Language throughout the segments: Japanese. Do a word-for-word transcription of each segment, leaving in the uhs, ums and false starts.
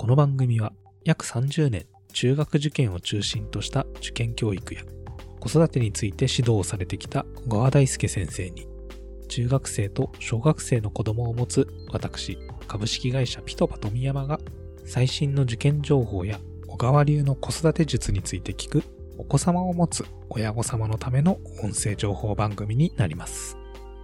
この番組は約さんじゅうねん中学受験を中心とした受験教育や子育てについて指導をされてきた小川大輔先生に、中学生と小学生の子供を持つ私、株式会社ピトパ富山が最新の受験情報や小川流の子育て術について聞くお子様を持つ親御様のための音声情報番組になります。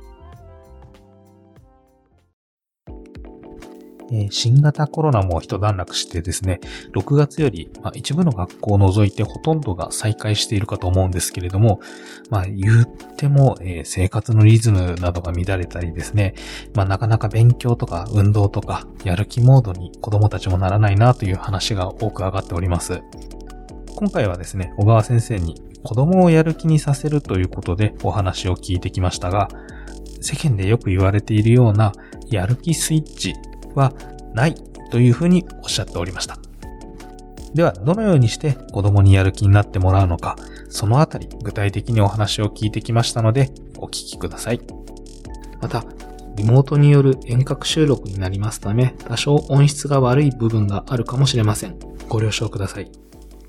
えー、新型コロナも一段落してですね、ろくがつより、まあ、一部の学校を除いてほとんどが再開しているかと思うんですけれども、まあ、言っても、えー、生活のリズムなどが乱れたりですね、まあ、なかなか勉強とか運動とかやる気モードに子どもたちもならないなという話が多く上がっております。今回はですね、小川先生に子供をやる気にさせるということでお話を聞いてきましたが、世間でよく言われているようなやる気スイッチはないというふうにおっしゃっておりました。ではどのようにして子供にやる気になってもらうのか、そのあたり具体的にお話を聞いてきましたのでお聞きください。またリモートによる遠隔収録になりますため、多少音質が悪い部分があるかもしれません。ご了承ください。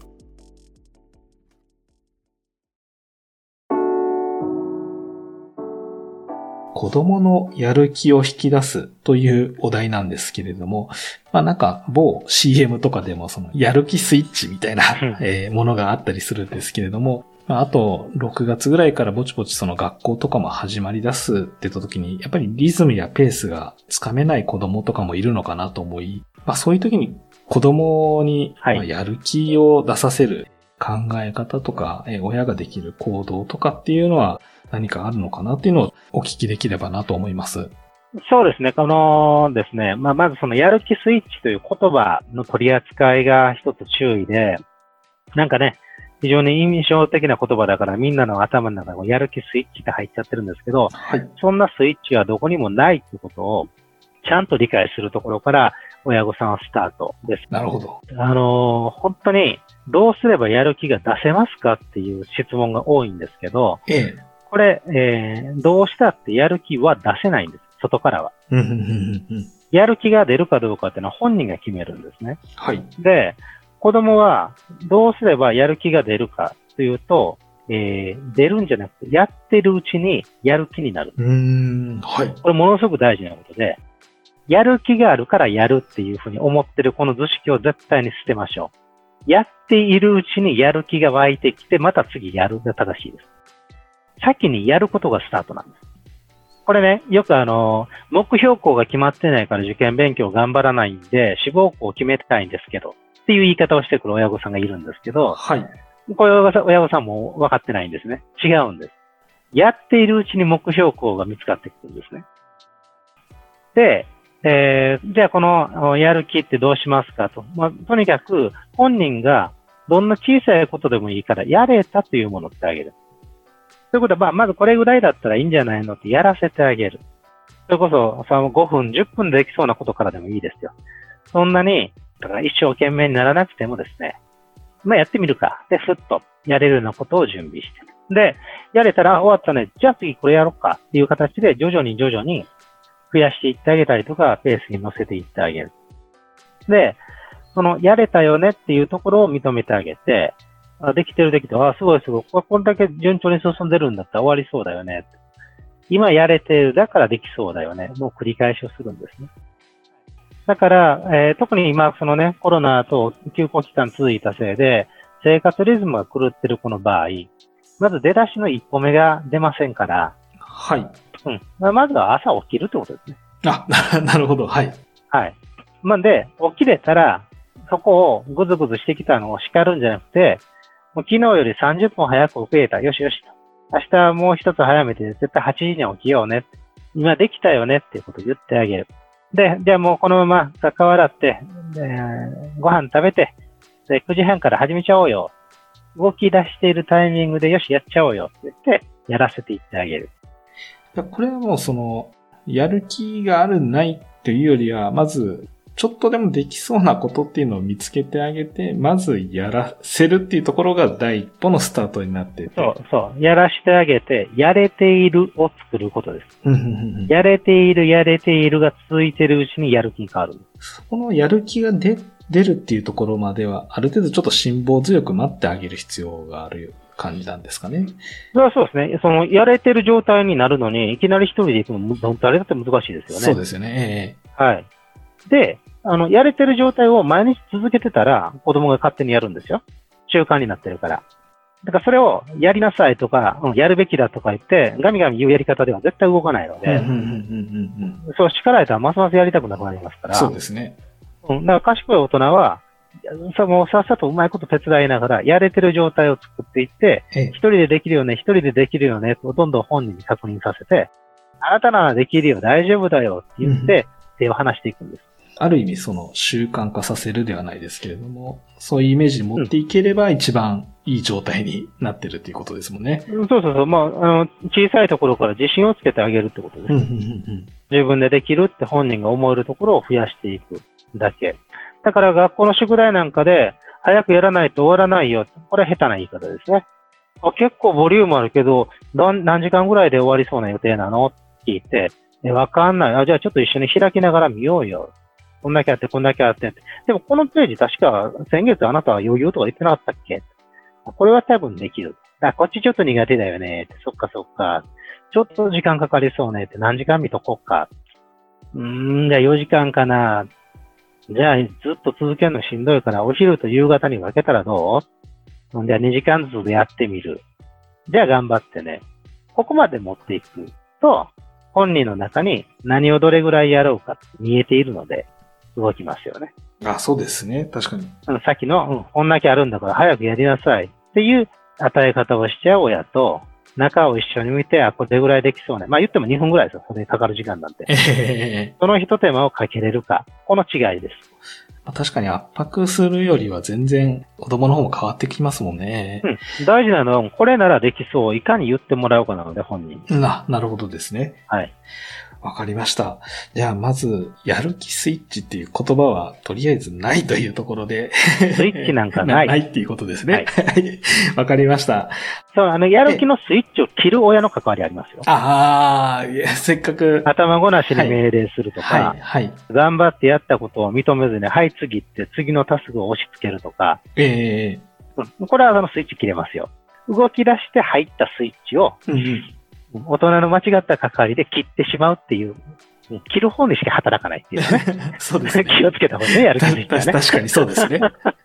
子供のやる気を引き出すというお題なんですけれども、まあなんか某 シーエム とかでもそのやる気スイッチみたいな、えー、ものがあったりするんですけれども、まあ、あとろくがつぐらいからぼちぼちその学校とかも始まり出すって言った時に、やっぱりリズムやペースがつかめない子供とかもいるのかなと思い、まあそういう時に子供にやる気を出させる考え方とか、はい、親ができる行動とかっていうのは何かあるのかなっていうのをお聞きできればなと思います。 そうですね。このですね、まあ、まずそのやる気スイッチという言葉の取り扱いが一つ注意で、なんかね、非常に印象的な言葉だからみんなの頭の中にやる気スイッチって入っちゃってるんですけど、はい、そんなスイッチはどこにもないということをちゃんと理解するところから親御さんはスタートです。 なるほど。 あのー、本当にどうすればやる気が出せますかっていう質問が多いんですけど、ええ、これ、えー、どうしたってやる気は出せないんです。外からは。やる気が出るかどうかっていうのは本人が決めるんですね。はい。で、子供はどうすればやる気が出るかというと、えー、出るんじゃなくて、やってるうちにやる気になる。うーん。はい。これものすごく大事なことで、やる気があるからやるっていうふうに思ってるこの図式を絶対に捨てましょう。やっているうちにやる気が湧いてきて、また次やるが正しいです。先にやることがスタートなんです。これね、よくあの、目標校が決まってないから受験勉強頑張らないんで、志望校を決めたいんですけど、っていう言い方をしてくる親御さんがいるんですけど、はい。これ親御さんも分かってないんですね。違うんです。やっているうちに目標校が見つかってくるんですね。で、えー、じゃあこのやる気ってどうしますかと。まあ、とにかく本人がどんな小さいことでもいいからやれたというものをってあげる。ということは、まあ、まずこれぐらいだったらいいんじゃないのってやらせてあげる。それこそ、そのごふん、じゅっぷんでできそうなことからでもいいですよ。そんなに、だから一生懸命にならなくてもですね、まあやってみるか。で、ふっとやれるようなことを準備して。で、やれたら終わったね。じゃあ次これやろうかっていう形で徐々に徐々に増やしていってあげたりとか、ペースに乗せていってあげる。で、そのやれたよねっていうところを認めてあげて、あ、できてるできてる。あ、すごいすごい。これだけ順調に進んでるんだったら終わりそうだよね。今やれてる。だからできそうだよね。もう繰り返しをするんですね。だから、えー、特に今、そのね、コロナと休校期間続いたせいで、生活リズムが狂ってるこの場合、まず出だしの一歩目が出ませんから。はい。うん。まずは朝起きるってことですね。 あ、なるほど。はい。 はい。まあ、で、起きれたら、そこをぐずぐずしてきたのを叱るんじゃなくて、もう昨日よりさんじゅっぷん早く起きれた。よしよしと。明日はもう一つ早めて絶対はちじに起きようね。今できたよねっていうことを言ってあげる。で、じゃあもうこのまま逆笑って、でご飯食べて、で、くじはんから始めちゃおうよ。動き出しているタイミングでよしやっちゃおうよって言って、やらせていってあげる。 これはもうその、やる気があるないっていうよりは、まず、ちょっとでもできそうなことっていうのを見つけてあげて、まずやらせるっていうところが第一歩のスタートになっていて。 そう、そう。やらしてあげて、やれているを作ることです。やれている、やれているが続いているうちにやる気に変わる。 そこのやる気が出出るっていうところまでは、ある程度ちょっと辛抱強く待ってあげる必要がある感じなんですかね。 そうですね。その、やれてる状態になるのに、いきなり一人で行くの、誰だって難しいですよね。 そうですよね。 えー、はい。で、あの、やれてる状態を毎日続けてたら、子供が勝手にやるんですよ。習慣になってるから。だからそれをやりなさいとか、うん、やるべきだとか言って、ガミガミ言うやり方では絶対動かないので、そう力入れたらますますやりたくなくなりますから。 そうですね。 うん、だから賢い大人は、さもうさっさとうまいこと手伝いながら、やれてる状態を作っていって、一人でできるよね、一人でできるよね、とどんどん本人に確認させて、あなたならできるよ、大丈夫だよって言って、手を離していくんです。 ある意味その習慣化させるではないですけれども、そういうイメージに持っていければ一番いい状態になってるっていうことですもんね。 うん、そうそうそう。まあ、あの、小さいところから自信をつけてあげるってことです。うんうんうん、自分でできるって本人が思えるところを増やしていくだけ。だから学校の宿題なんかで、早くやらないと終わらないよ。これは下手な言い方ですね。あ、結構ボリュームあるけど、何時間ぐらいで終わりそうな予定なのって聞いて、え、わかんない。あ、じゃあちょっと一緒に開きながら見ようよ。こんだけあって、こんだけあって。でもこのページ確か先月あなたは余裕とか言ってなかったっけ？これは多分できる。あ、こっちちょっと苦手だよね。そっかそっか。ちょっと時間かかりそうねって何時間見とこうか。うーん、じゃあよじかんかな。じゃあずっと続けるのしんどいからお昼と夕方に分けたらどう？じゃあにじかんずつでやってみる。じゃあ頑張ってね。ここまで持っていくと、本人の中に何をどれぐらいやろうか見えているので、動きますよね。 あ、そうですね。確かに。 さっきの、うん、こんだけあるんだから早くやりなさいっていう与え方をしちゃう親と、中を一緒に見て、あ、これぐらいできそうね。まあ言ってもにふんぐらいですよ。それにかかる時間なんて。その一手間をかけれるか。この違いです。 確かに圧迫するよりは全然子供の方も変わってきますもんね。 うん。大事なのは、これならできそう。いかに言ってもらおうかなので、本人に。 な、なるほどですね。 はい。 わかりました。じゃあ、まず、やる気スイッチっていう言葉は、とりあえずないというところで。 スイッチなんかない。 ないっていうことですね。はい。わかりました。 そう、あの、やる気のスイッチを切る親の関わりありますよ。 ああ、いや、せっかく。 頭ごなしに命令するとか、はい、はい。頑張ってやったことを認めずに、はい、次って次のタスクを押し付けるとか。ええーうん。これはあのスイッチ切れますよ。動き出して入ったスイッチを、うんうん大人の間違った関わりで切ってしまうっていう、切る方にしか働かないっていうね。 そうですね。 気をつけた方がね、やる気にしてね。 確かにそうですね。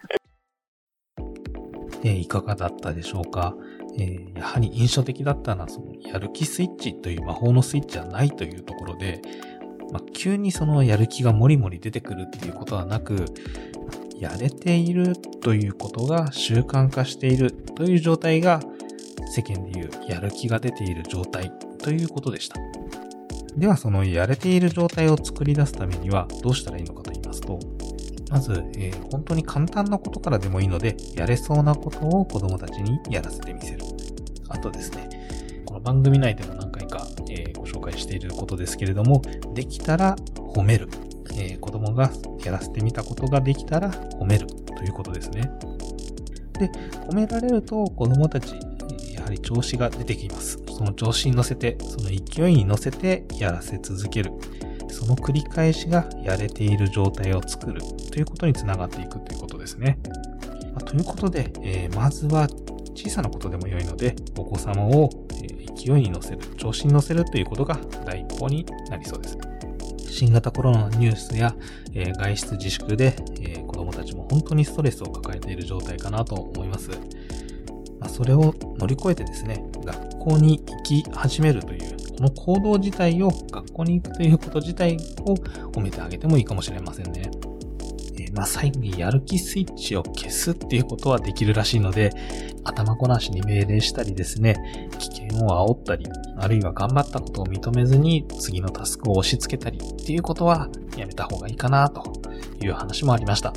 えー、いかがだったでしょうか。えー、やはり印象的だったのは、そのやる気スイッチという魔法のスイッチはないというところで、まあ、急にそのやる気がもりもり出てくるっていうことはなく、やれているということが習慣化しているという状態が、世間でいうやる気が出ている状態ということでした。ではそのやれている状態を作り出すためにはどうしたらいいのかと言いますと、まず、えー、本当に簡単なことからでもいいので、やれそうなことを子供たちにやらせてみせる。あとですね、この番組内でも何回か、えー、ご紹介していることですけれども、できたら褒める。えー、子供がやらせてみたことができたら褒めるということですね。で、褒められると子供たち、やはり調子が出てきます。その調子に乗せて、その勢いに乗せてやらせ続ける。その繰り返しがやれている状態を作るということにつながっていくということですね。まあ、ということで、えー、まずは小さなことでも良いので、お子様を、えー、勢いに乗せる、調子に乗せるということが第一歩になりそうです。新型コロナのニュースや、えー、外出自粛で、えー、子供たちも本当にストレスを抱えている状態かなと思います。まあ、それを乗り越えてですね、学校に行き始めるという、この行動自体を、学校に行くということ自体を褒めてあげてもいいかもしれませんね。えー、まあ最後にやる気スイッチを消すっていうことはできるらしいので、頭ごなしに命令したりですね、危険を煽ったり、あるいは頑張ったことを認めずに次のタスクを押し付けたりっていうことはやめた方がいいかなという話もありました。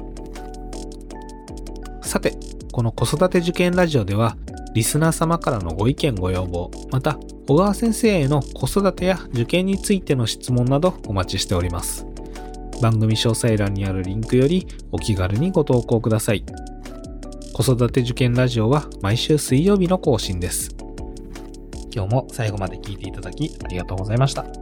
さて、この子育て受験ラジオでは、リスナー様からのご意見ご要望、また小川先生への子育てや受験についての質問などお待ちしております。番組詳細欄にあるリンクよりお気軽にご投稿ください。子育て受験ラジオは毎週水曜日の更新です。今日も最後まで聞いていただきありがとうございました。